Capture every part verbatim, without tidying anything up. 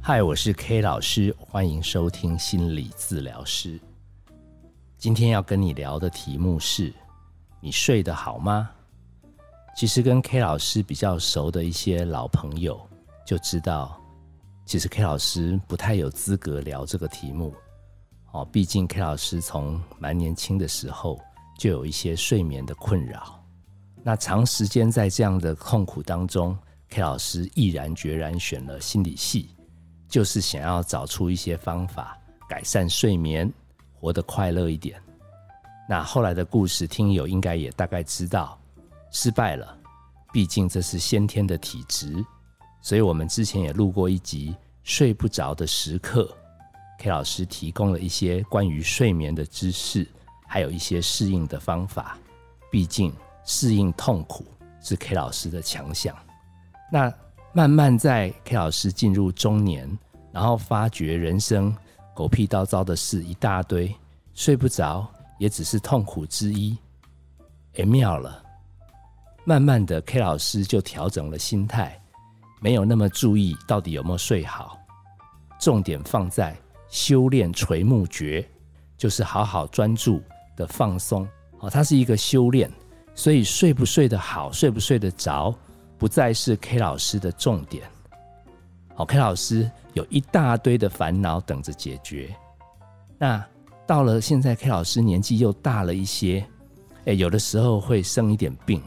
嗨，我是 K 老师，欢迎收听心理治疗师。今天要跟你聊的题目是：你睡得好吗？其实跟 K 老师比较熟的一些老朋友就知道，其实 K 老师不太有资格聊这个题目。哦，毕竟 K 老师从蛮年轻的时候就有一些睡眠的困扰。那长时间在这样的痛苦当中， K 老师毅然决然选了心理系，就是想要找出一些方法改善睡眠，活得快乐一点。那后来的故事听友应该也大概知道，失败了，毕竟这是先天的体质，所以我们之前也录过一集睡不着的时刻， K 老师提供了一些关于睡眠的知识，还有一些适应的方法，毕竟适应痛苦是 K 老师的强项。那慢慢在 K 老师进入中年，然后发觉人生狗屁倒灶的事一大堆，睡不着也只是痛苦之一。诶，妙了，慢慢的 K 老师就调整了心态，没有那么注意到底有没有睡好，重点放在修炼垂目诀，就是好好专注的放松。哦，它是一个修炼，所以睡不睡得好，睡不睡得着，不再是 K 老师的重点。好， K 老师有一大堆的烦恼等着解决。那到了现在 K 老师年纪又大了一些，诶，有的时候会生一点病，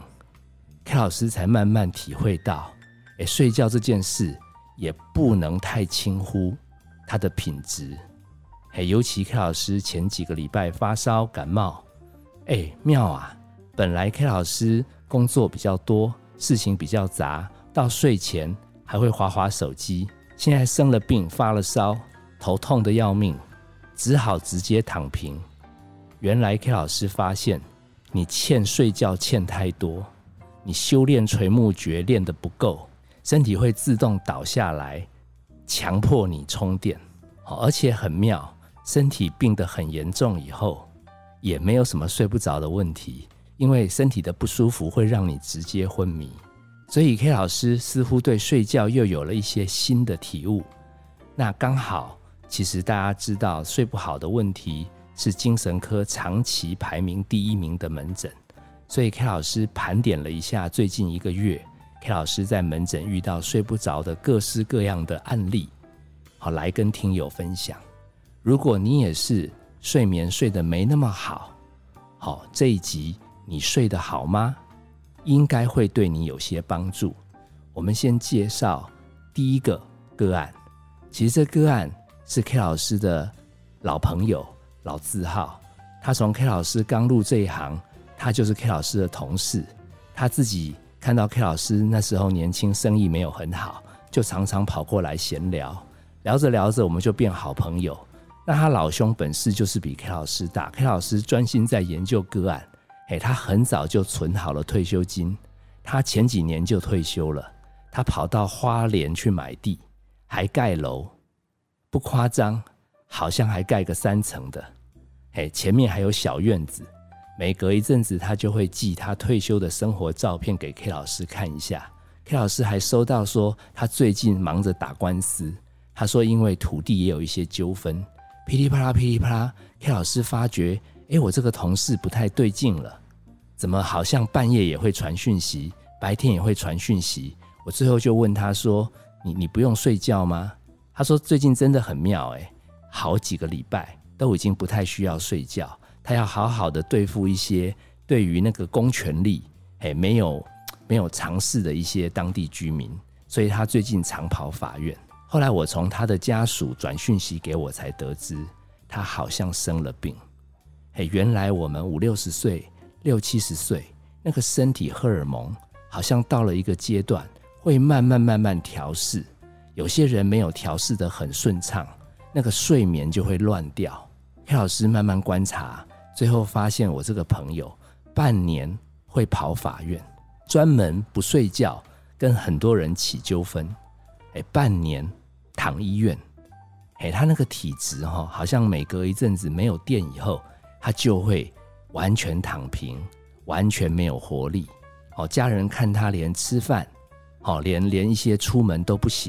K 老师才慢慢体会到，诶，睡觉这件事也不能太轻忽它的品质。诶，尤其 K 老师前几个礼拜发烧感冒，诶，妙啊，本来 K 老师工作比较多，事情比较杂，到睡前还会滑滑手机，现在生了病，发了烧，头痛得要命，只好直接躺平。原来 K 老师发现，你欠睡觉欠太多，你修炼垂目诀练得不够，身体会自动倒下来，强迫你充电。而且很妙，身体病得很严重以后，也没有什么睡不着的问题，因为身体的不舒服会让你直接昏迷。所以 K 老师似乎对睡觉又有了一些新的体悟。那刚好，其实大家知道睡不好的问题是精神科长期排名第一名的门诊，所以 K 老师盘点了一下最近一个月 K 老师在门诊遇到睡不着的各式各样的案例，好，来跟听友分享。如果你也是睡眠睡得没那么好，好，这一集你睡得好吗？应该会对你有些帮助。我们先介绍第一个个案，其实这个案是 K 老师的老朋友，老字号。他从 K 老师刚入这一行，他就是 K 老师的同事。他自己看到 K 老师那时候年轻，生意没有很好，就常常跑过来闲聊，聊着聊着我们就变好朋友。那他老兄本事就是比 K 老师大， K 老师专心在研究个案，欸、他很早就存好了退休金，他前几年就退休了，他跑到花莲去买地，还盖楼，不夸张，好像还盖个三层的，欸、前面还有小院子，每隔一阵子他就会寄他退休的生活照片给 K 老师看一下。 K 老师还收到说他最近忙着打官司，他说因为土地也有一些纠纷，噼里啪啦噼里啪啦， K 老师发觉，诶，我这个同事不太对劲了，怎么好像半夜也会传讯息，白天也会传讯息。我最后就问他说，你你不用睡觉吗？他说最近真的很妙，诶，好几个礼拜都已经不太需要睡觉，他要好好的对付一些对于那个公权力诶没有没有尝试的一些当地居民，所以他最近常跑法院。后来我从他的家属转讯息给我才得知，他好像生了病。原来我们五六十岁六七十岁那个身体荷尔蒙好像到了一个阶段会慢慢慢慢调试，有些人没有调试得很顺畅，那个睡眠就会乱掉。 K 老师慢慢观察，最后发现我这个朋友半年会跑法院，专门不睡觉跟很多人起纠纷，半年躺医院。他那个体质好像每隔一阵子没有电以后，他就会完全躺平，完全没有活力。家人看他连吃饭连连一些出门都不行，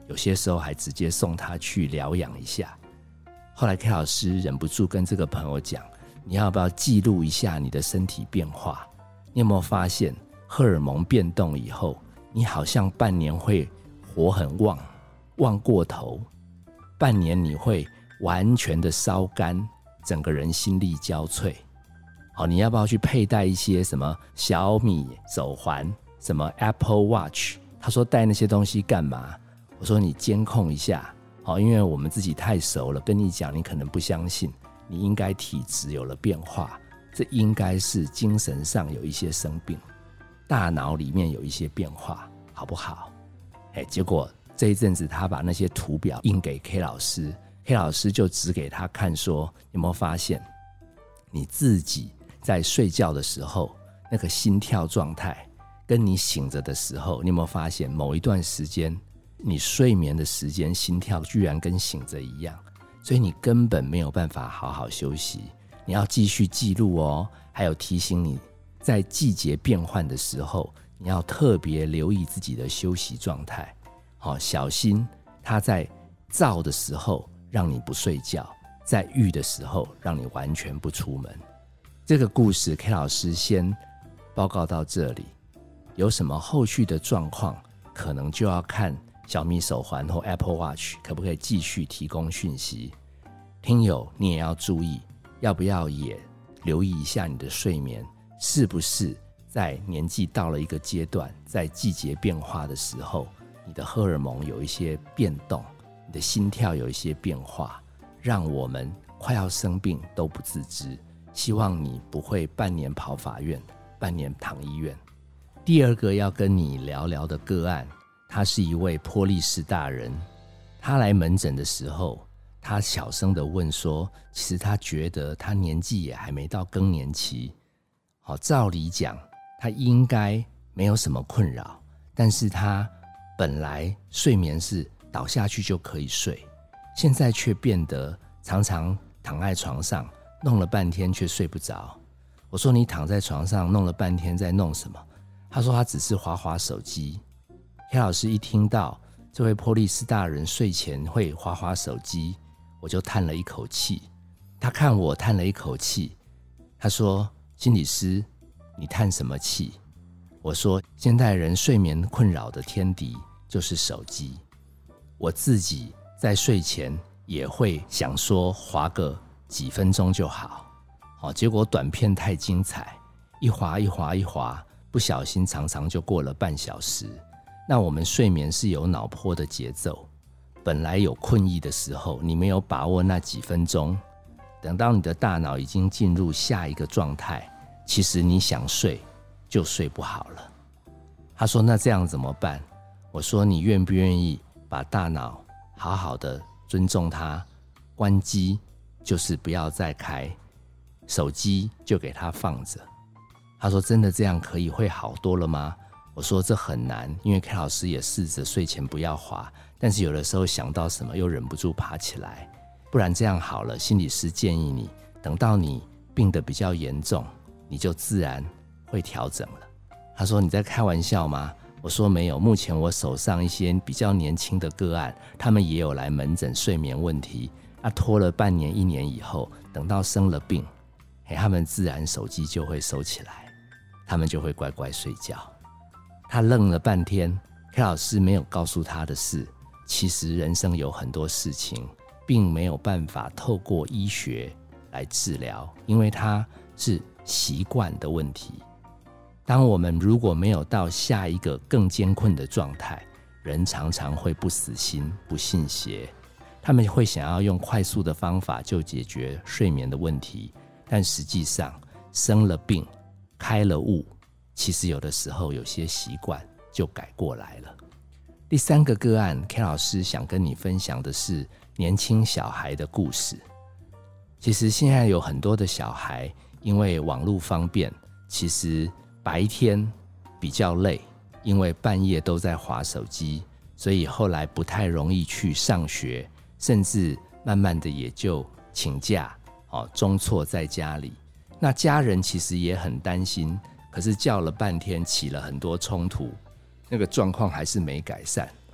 有些时候还直接送他去疗养一下。后来 K 老师忍不住跟这个朋友讲，你要不要记录一下你的身体变化？你有没有发现荷尔蒙变动以后，你好像半年会火很旺，旺过头，半年你会完全的烧干，整个人心力交瘁。好，你要不要去佩戴一些什么小米手环，什么 Apple Watch？ 他说戴那些东西干嘛？我说你监控一下，好，因为我们自己太熟了，跟你讲你可能不相信，你应该体质有了变化，这应该是精神上有一些生病，大脑里面有一些变化，好不好？哎，结果这一阵子他把那些图表印给 K 老师 ，K 老师就指给他看说，有没有发现你自己在睡觉的时候那个心跳状态，跟你醒着的时候，你有没有发现某一段时间你睡眠的时间心跳居然跟醒着一样，所以你根本没有办法好好休息，你要继续记录哦。还有提醒你，在季节变换的时候，你要特别留意自己的休息状态，好，小心它在燥的时候让你不睡觉，在郁的时候让你完全不出门。这个故事 K 老师先报告到这里，有什么后续的状况，可能就要看小米手环或 Apple Watch 可不可以继续提供讯息。听友你也要注意，要不要也留意一下你的睡眠，是不是在年纪到了一个阶段，在季节变化的时候，你的荷尔蒙有一些变动，你的心跳有一些变化，让我们快要生病都不自知。希望你不会半年跑法院，半年躺医院。第二个要跟你聊聊的个案，他是一位波利士大人。他来门诊的时候，他小声的问说，其实他觉得他年纪也还没到更年期，好，照理讲他应该没有什么困扰，但是他本来睡眠是倒下去就可以睡，现在却变得常常躺在床上弄了半天却睡不着。我说你躺在床上弄了半天在弄什么？他说他只是滑滑手机。K 老师一听到这位波利士大人睡前会滑滑手机，我就叹了一口气。他看我叹了一口气，他说，心理师你叹什么气？我说现代人睡眠困扰的天敌就是手机，我自己在睡前也会想说滑个几分钟就好，好，结果短片太精彩，一滑一滑一滑，不小心常常就过了半小时。那我们睡眠是有脑波的节奏，本来有困意的时候，你没有把握那几分钟，等到你的大脑已经进入下一个状态，其实你想睡就睡不好了。他说那这样怎么办？我说你愿不愿意把大脑好好的尊重它，关机就是不要再开，手机就给它放着。他说真的这样可以会好多了吗？我说这很难，因为 K 老师也试着睡前不要滑，但是有的时候想到什么又忍不住爬起来。不然这样好了，心理师建议你等到你病得比较严重，你就自然会调整了。他说你在开玩笑吗？我说没有，目前我手上一些比较年轻的个案，他们也有来门诊睡眠问题，啊，拖了半年一年以后，等到生了病，他们自然手机就会收起来，他们就会乖乖睡觉。他愣了半天 K 老师没有告诉他的是，其实人生有很多事情并没有办法透过医学来治疗，因为它是习惯的问题。当我们如果没有到下一个更艰困的状态，人常常会不死心不信邪，他们会想要用快速的方法就解决睡眠的问题，但实际上生了病开了悟，其实有的时候有些习惯就改过来了。第三个个案 K 老师想跟你分享的是年轻小孩的故事。其实现在有很多的小孩因为网络方便，其实白天比较累，因为半夜都在滑手机，所以后来不太容易去上学，甚至慢慢的也就请假，中辍在家里。那家人其实也很担心，可是叫了半天起了很多冲突，那个状况还是没改善。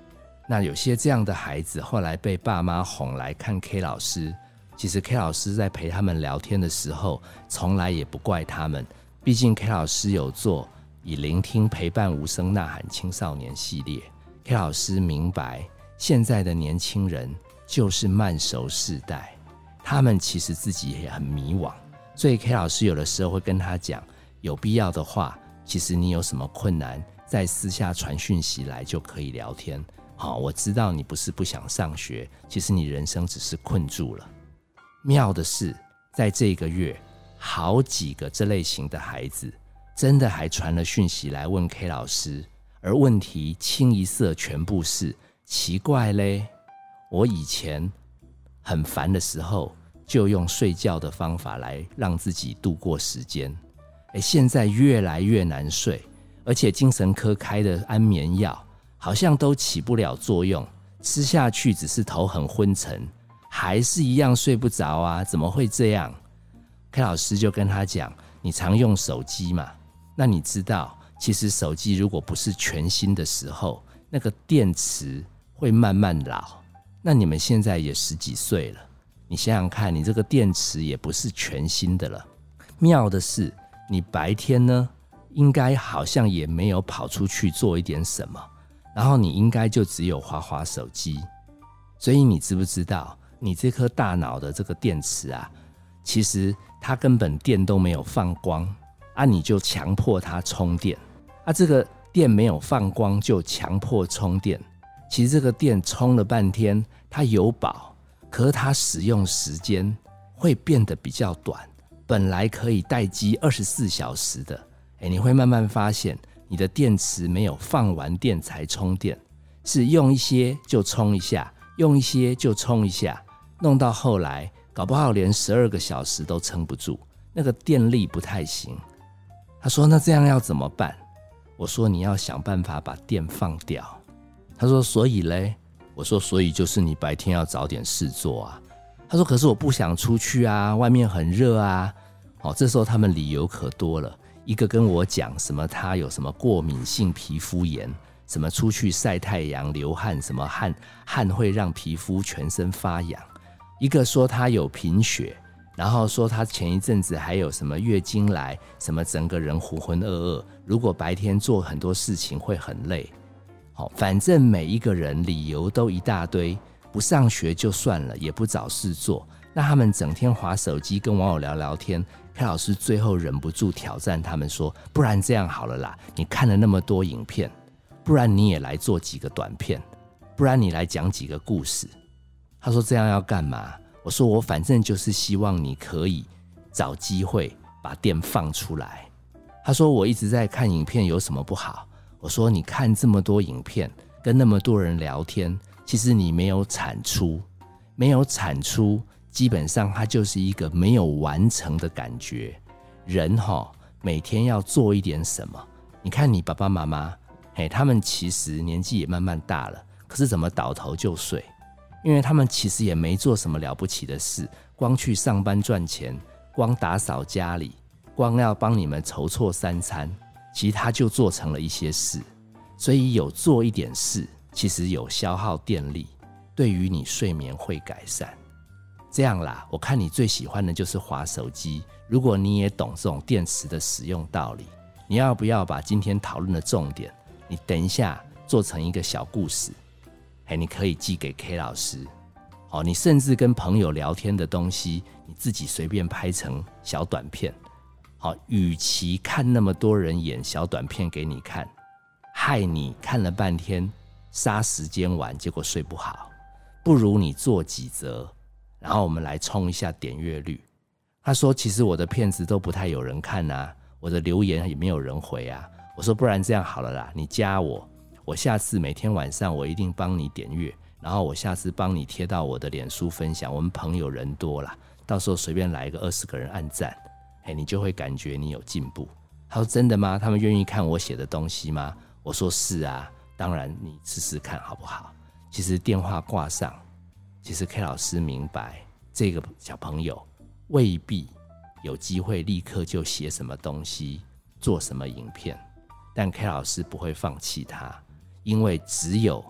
那有些这样的孩子后来被爸妈哄来看 K 老师，其实 K 老师在陪他们聊天的时候从来也不怪他们，毕竟 K 老师有做以聆听陪伴无声呐喊青少年系列。 K 老师明白现在的年轻人就是慢熟世代，他们其实自己也很迷惘，所以 K 老师有的时候会跟他讲，有必要的话，其实你有什么困难在私下传讯息来就可以聊天。好，我知道你不是不想上学，其实你人生只是困住了。妙的是，在这个月，好几个这类型的孩子真的还传了讯息来问 K 老师，而问题清一色全部是奇怪嘞，我以前很烦的时候就用睡觉的方法来让自己度过时间，诶，现在越来越难睡，而且精神科开的安眠药好像都起不了作用，吃下去只是头很昏沉，还是一样睡不着啊，怎么会这样？ K 老师就跟他讲，你常用手机嘛，那你知道其实手机如果不是全新的时候，那个电池会慢慢老，那你们现在也十几岁了，你想想看，你这个电池也不是全新的了。妙的是，你白天呢应该好像也没有跑出去做一点什么，然后你应该就只有滑滑手机，所以你知不知道你这颗大脑的这个电池啊，其实它根本电都没有放光啊，你就强迫它充电啊，这个电没有放光就强迫充电，其实这个电充了半天它有饱，可是它使用时间会变得比较短，本来可以待机二十四小时的，欸，你会慢慢发现你的电池没有放完电才充电，是用一些就充一下，用一些就充一下，弄到后来搞不好连十二个小时都撑不住，那个电力不太行。他说那这样要怎么办？我说你要想办法把电放掉。他说所以嘞？我说所以就是你白天要找点事做啊。他说可是我不想出去啊，外面很热啊。哦，这时候他们理由可多了，一个跟我讲什么他有什么过敏性皮肤炎，什么出去晒太阳流汗，什么汗汗会让皮肤全身发痒，一个说他有贫血，然后说他前一阵子还有什么月经来，什么整个人浑浑噩噩，如果白天做很多事情会很累。好，反正每一个人理由都一大堆，不上学就算了，也不找事做，那他们整天滑手机跟网友聊聊天。K 老师最后忍不住挑战他们说，不然这样好了啦，你看了那么多影片，不然你也来做几个短片，不然你来讲几个故事。他说这样要干嘛？我说我反正就是希望你可以找机会把电放出来。他说我一直在看影片有什么不好？我说你看这么多影片，跟那么多人聊天，其实你没有产出，没有产出，基本上它就是一个没有完成的感觉。人齁，每天要做一点什么。你看你爸爸妈妈，嘿，他们其实年纪也慢慢大了，可是怎么倒头就睡？因为他们其实也没做什么了不起的事，光去上班赚钱，光打扫家里，光要帮你们筹措三餐，其实他就做成了一些事。所以有做一点事，其实有消耗电力，对于你睡眠会改善。这样啦，我看你最喜欢的就是滑手机，如果你也懂这种电池的使用道理，你要不要把今天讨论的重点，你等一下做成一个小故事，嘿，你可以寄给 K 老师。好，你甚至跟朋友聊天的东西，你自己随便拍成小短片。好，与其看那么多人演小短片给你看，害你看了半天杀时间玩，结果睡不好，不如你做几则，然后我们来冲一下点阅率。他说其实我的片子都不太有人看啊，我的留言也没有人回啊。我说不然这样好了啦，你加我，我下次每天晚上我一定帮你点阅，然后我下次帮你贴到我的脸书分享，我们朋友人多啦，到时候随便来一个二十个人按赞，嘿，你就会感觉你有进步。他说真的吗？他们愿意看我写的东西吗？我说是啊，当然你试试看好不好？其实电话挂上，其实 K 老师明白这个小朋友未必有机会立刻就写什么东西，做什么影片，但 K 老师不会放弃他，因为只有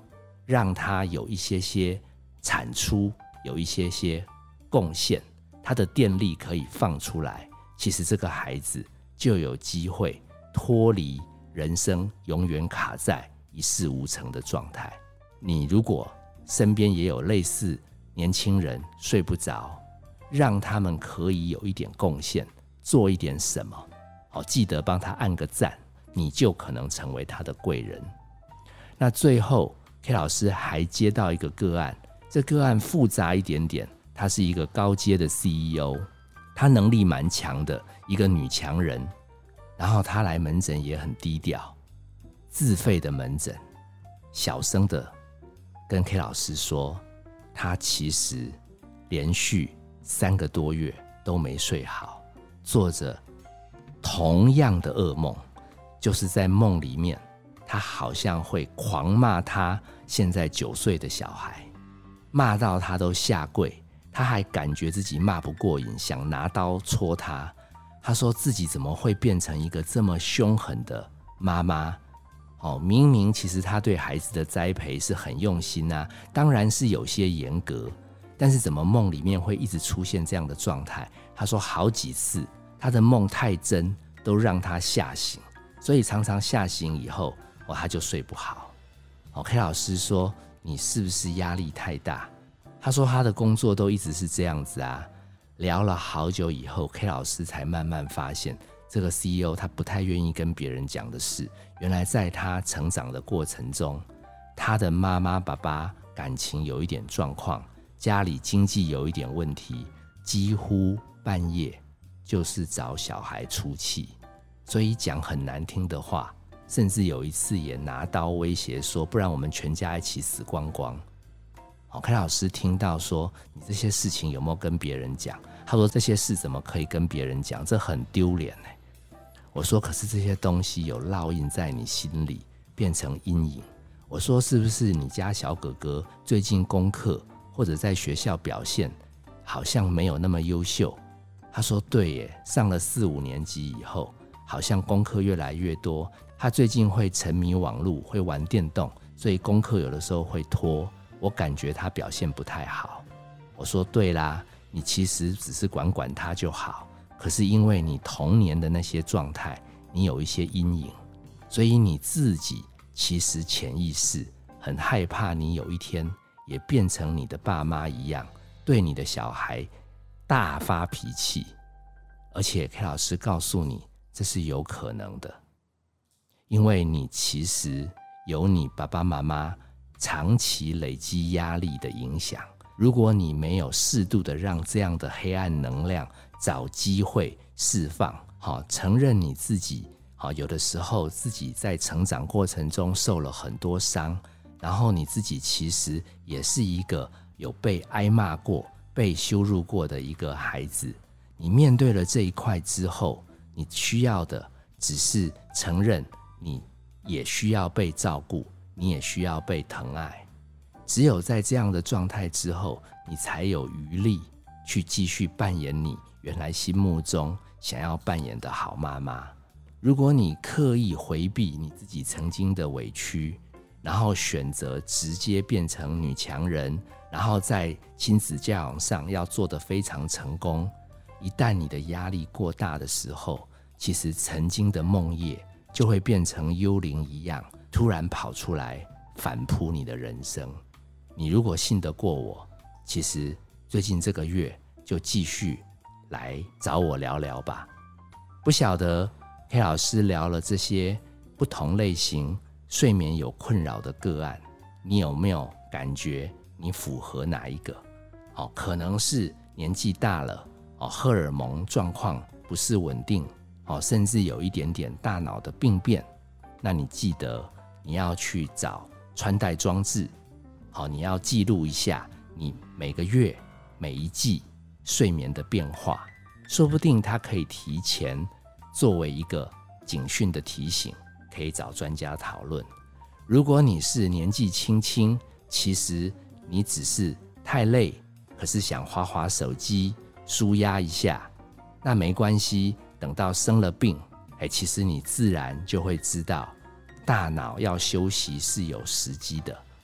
让他有一些些产出，有一些些贡献，他的电力可以放出来，其实这个孩子就有机会脱离人生永远卡在一事无成的状态。你如果身边也有类似年轻人睡不着，让他们可以有一点贡献，做一点什么，记得帮他按个赞，你就可能成为他的贵人。那最后 K 老师还接到一个个案，这个案复杂一点点，他是一个高阶的 C E O， 他能力蛮强的一个女强人，然后他来门诊也很低调，自费的门诊，小声的跟 K 老师说，他其实连续三个多月都没睡好，做着同样的噩梦，就是在梦里面他好像会狂骂他现在九岁的小孩，骂到他都下跪，他还感觉自己骂不过瘾，想拿刀戳他。他说自己怎么会变成一个这么凶狠的妈妈，哦，明明其实他对孩子的栽培是很用心啊，当然是有些严格，但是怎么梦里面会一直出现这样的状态？他说好几次他的梦太真，都让他吓醒，所以常常吓醒以后，哦，他就睡不好。哦 K 老师说你是不是压力太大？他说他的工作都一直是这样子啊。聊了好久以后 K 老师才慢慢发现，这个 C E O 他不太愿意跟别人讲的事，原来在他成长的过程中，他的妈妈爸爸感情有一点状况，家里经济有一点问题，几乎半夜就是找小孩出气，所以讲很难听的话，甚至有一次也拿刀威胁说，不然我们全家一起死光光。K 老师听到说你这些事情有没有跟别人讲？他说这些事怎么可以跟别人讲，这很丢脸耶。我说可是这些东西有烙印在你心里，变成阴影。我说是不是你家小哥哥最近功课或者在学校表现好像没有那么优秀？他说对耶，上了四五年级以后好像功课越来越多，他最近会沉迷网络，会玩电动，所以功课有的时候会拖，我感觉他表现不太好。我说对啦，你其实只是管管他就好，可是因为你童年的那些状态，你有一些阴影，所以你自己其实潜意识很害怕你有一天也变成你的爸妈一样，对你的小孩大发脾气。而且 K 老师告诉你，这是有可能的，因为你其实有你爸爸妈妈长期累积压力的影响。如果你没有适度的让这样的黑暗能量找机会释放，承认你自己有的时候自己在成长过程中受了很多伤，然后你自己其实也是一个有被挨骂过、被羞辱过的一个孩子，你面对了这一块之后，你需要的只是承认你也需要被照顾，你也需要被疼爱。只有在这样的状态之后，你才有余力去继续扮演你原来心目中想要扮演的好妈妈。如果你刻意回避你自己曾经的委屈，然后选择直接变成女强人，然后在亲子教养上要做得非常成功，一旦你的压力过大的时候，其实曾经的梦魇就会变成幽灵一样，突然跑出来反扑你的人生。你如果信得过我，其实最近这个月就继续来找我聊聊吧。不晓得 K 老师聊了这些不同类型睡眠有困扰的个案，你有没有感觉你符合哪一个？哦，可能是年纪大了，哦，荷尔蒙状况不是稳定，哦，甚至有一点点大脑的病变，那你记得你要去找穿戴装置，好，你要记录一下你每个月每一季睡眠的变化，说不定它可以提前作为一个警讯的提醒，可以找专家讨论。如果你是年纪轻轻，其实你只是太累，可是想滑滑手机抒压一下，那没关系，等到生了病，哎，其实你自然就会知道大脑要休息是有时机的。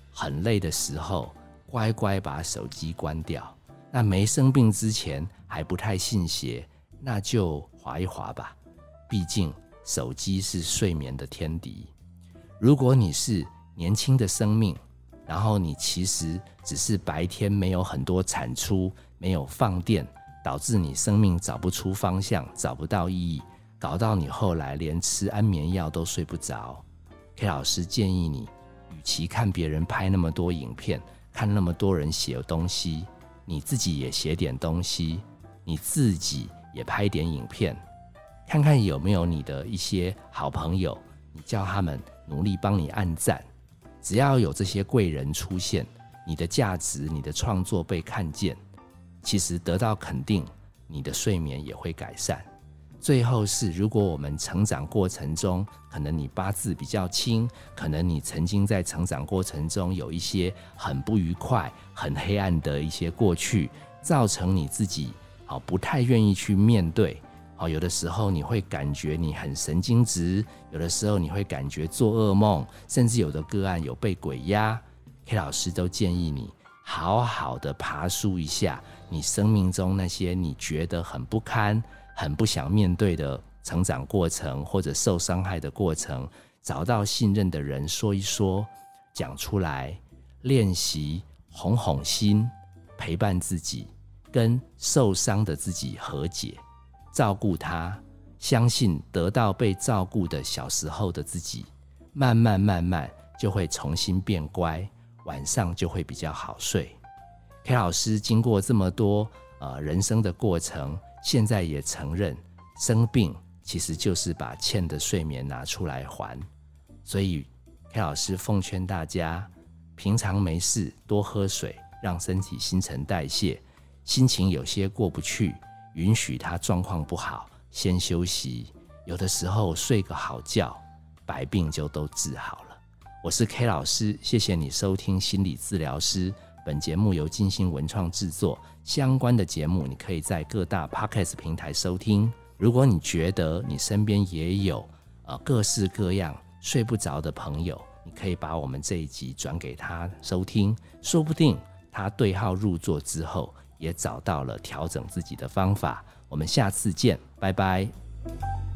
很累的时候，乖乖把手机关掉。那没生病之前还不太信邪，那就滑一滑吧。毕竟手机是睡眠的天敌。如果你是年轻的生命，然后你其实只是白天没有很多产出，没有放电，导致你生命找不出方向，找不到意义，搞到你后来连吃安眠药都睡不着。K 老师建议你，与其看别人拍那么多影片，看那么多人写东西，你自己也写点东西，你自己也拍点影片，看看有没有你的一些好朋友，你叫他们努力帮你按赞。只要有这些贵人出现，你的价值、你的创作被看见，其实得到肯定，你的睡眠也会改善。最后是，如果我们成长过程中，可能你八字比较轻，可能你曾经在成长过程中有一些很不愉快、很黑暗的一些过去，造成你自己不太愿意去面对。有的时候你会感觉你很神经质，有的时候你会感觉做噩梦，甚至有的个案有被鬼压。K 老师都建议你好好的爬梳一下你生命中那些你觉得很不堪、很不想面对的成长过程，或者受伤害的过程，找到信任的人说一说，讲出来，练习哄哄心，陪伴自己，跟受伤的自己和解，照顾他，相信得到被照顾的小时候的自己，慢慢慢慢就会重新变乖，晚上就会比较好睡。K 老师经过这么多、呃、人生的过程，现在也承认生病其实就是把欠的睡眠拿出来还。所以 K 老师奉劝大家，平常没事多喝水，让身体新陈代谢，心情有些过不去，允许他状况不好，先休息。有的时候睡个好觉，百病就都治好了。我是 K 老师，谢谢你收听心理治疗师。本节目由金星文创制作，相关的节目你可以在各大 Podcast 平台收听。如果你觉得你身边也有、呃、各式各样睡不着的朋友，你可以把我们这一集转给他收听，说不定他对号入座之后也找到了调整自己的方法。我们下次见，拜拜。